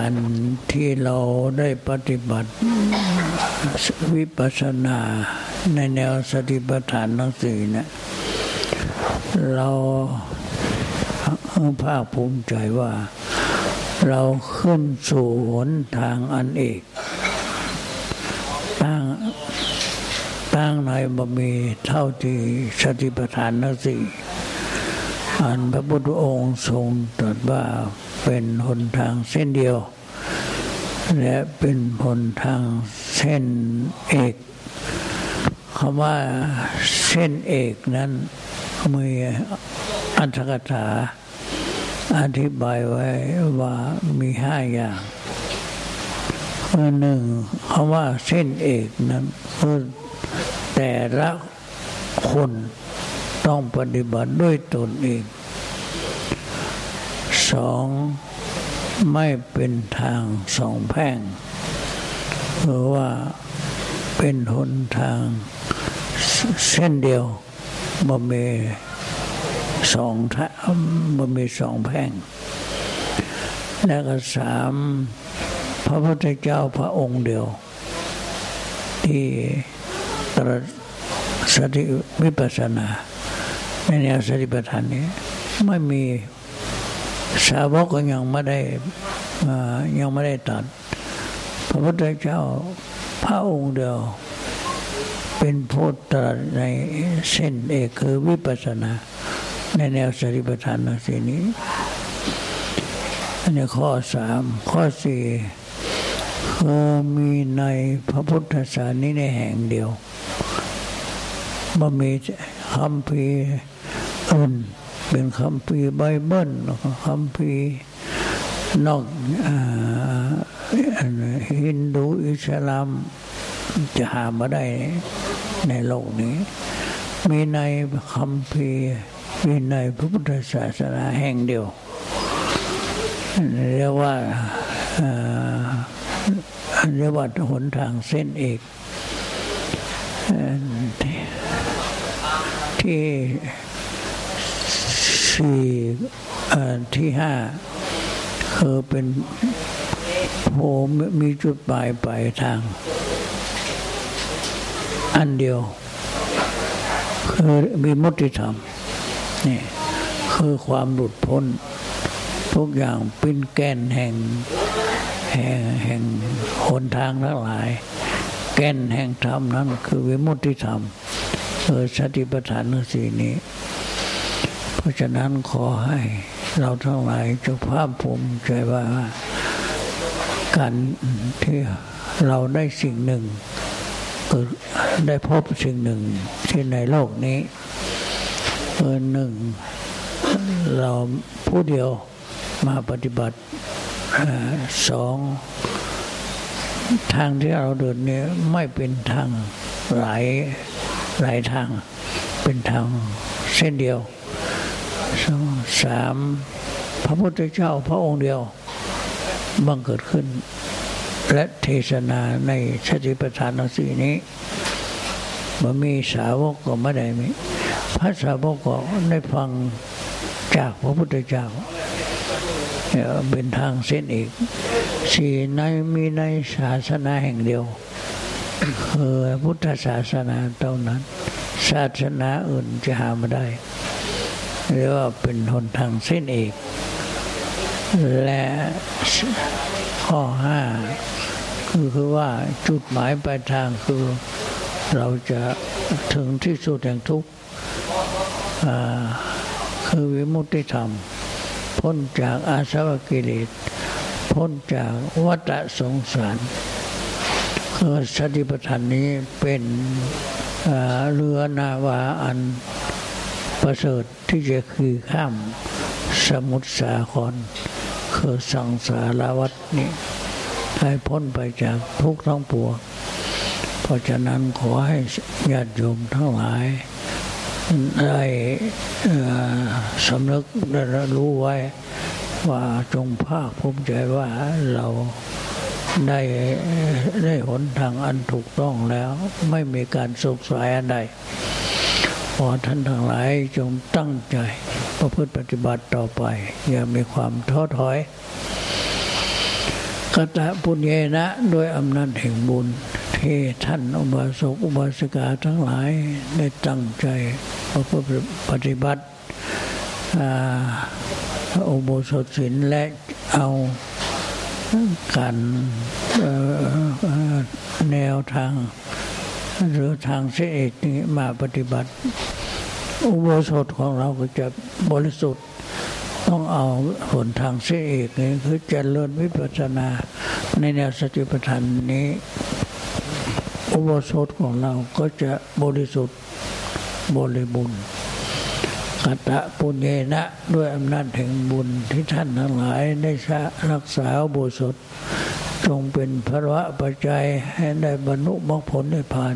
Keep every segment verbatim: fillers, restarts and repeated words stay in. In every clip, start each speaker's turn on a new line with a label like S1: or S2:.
S1: การที่เราได้ปฏิบัติวิปัสสนาในแนวสติปัฏฐานทั้งสี่เนี่ยเราภาคภูมิใจว่าเราขึ้นสู่หนทางอันเอกตั้งตั้งในบารมีเท่าที่สติปัฏฐานทั้งสี่อันพระพุทธองค์ทรงตรัสว่าเป็นหนทางเส้นเดียวและเป็นหนทางเส้นเอกคำว่าเส้นเอกนั้นมีอัตถกถาอธิบายไว้ว่ามีห้าอย่างข้อหนึ่งคำว่าเส้นเอกนั้นคือแต่ละคนต้องปฏิบัติด้วยตนเองสองไม่เป็นทางสองแพร่งเพราะว่าเป็นหนทางเส้นเดียวบ่มีสองทางบ่มีสองแพร่งและก็สามพระพุทธเจ้าพระองค์เดียวที่ตรัสสติวิปัสสนาในแนวสติปัฏฐานนี้ไม่มีสาวกก็ยังไม่ได้ยังไม่ได้ตัดพระพุทธเจ้าพระองค์เดียวเป็นผู้ตรัสในเส้นเอกคือวิปัสสนาในแนวสติปัฏฐานทั้งสี่นี้อันนี้ข้อสามข้อสี่คือมีในพระพุทธศาสนาในแห่งเดียวบ่มีคัมภีร์อื่นเป็นคัมภีร์ไบเบิลคัมภีร์นอกฮินดูอิสลามจะหามาได้ในโลกนี้มีในคัมภีร์มีในพระพุทธศาสนาแห่งเดียวเรียกว่าเรียกว่าหนทางเส้นเอกที่สี่ที่ห้าคือเป็นโหมีจุดปลายปลายทางอันเดียวคือมีมุติธรรมนี่คือความหลุดพ้นทุกอย่างเป็นแก่นแห่งแห่งแห่งหนทางทั้งหลายแก่นแห่งธรรมนั้นคือวิมุตติธรรมคือสติปัฏฐานทั้งสี่นี้เพราะฉะนั้นขอให้เราทั้งหลายจงภาคภูมิใจว่าการที่เราได้สิ่งหนึ่งเกิดได้พบสิ่งหนึ่งที่ในโลกนี้เออหนึ่งเราผู้เดียวมาปฏิบัติสองทางที่เราเดินเนี่ยไม่เป็นทางหลายหลายทางเป็นทางเส้นเดียวสามพระพุทธเจ้าพระองค์เดียวบังเกิดขึ้นและเทศนาในสติปัฏฐานทั้งสี่นี้มันมีสาวกก็ไม่ได้มีพระสาวกก็ได้ฟังจากพระพุทธเจ้าเป็นทางเส้นเอกสี่ในมีในศาสนาแห่งเดียวคือพุทธศาสนาเท่านั้นศาสนาอื่นจะหาไม่ได้เรียกว่าเป็นหนทางเส้นเอกและข้อห้าคือคือว่าจุดหมายปลายทางคือเราจะถึงที่สุดแห่งทุกข์คือวิมุตติธรรมพ้นจากอาสวะกิเลสพ้นจากวัฏสงสารคือสติปัฏฐานนี้เป็นเรือนาวาอันประเสริฐที่จะคือข้ามสมุทรสาครคือสังสารวัฏนี้ให้พ้นไปจากทุกข์ทั้งปวงเพราะฉะนั้นขอให้ญาติโยมทั้งหลายได้สำนึกได้รู้ไว้ว่าจงภาคภูมิใจว่าเราได้ได้หนทางอันถูกต้องแล้วไม่มีการสงสัยอันใดขอท่านทั้งหลายจงตั้งใจประพฤติปฏิบัติต่อไปอย่ามีความท้อถอยกตปุญเยนะด้วยอำนาจแห่งบุญที่ท่านอุบาสกอุบาสิกาทั้งหลายได้ตั้งใจปฏิบัติอุโบสถศีลและเอาการแนวทางหรือทางเสียเอกนี้มาปฏิบัติอุโบสถของเราก็จะบริสุทธิ์ต้องเอาหนทางเสียเอกนี้คือเจริญวิปัสสนาในแนวสติปัฏฐานนี้อุโบสถของเราก็จะบริสุทธิ์บริบูรณ์กัตตะปุญเยนะด้วยอำนาจแห่งบุญที่ท่านทั้งหลายได้รักษาอุโบสถจงเป็นพระปัจจัยให้ได้บรรลุมรรคผลนิพพาน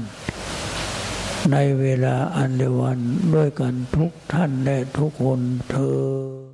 S1: ในเวลาอันเร็ววันด้วยกันทุกท่านและทุกคนเทอญ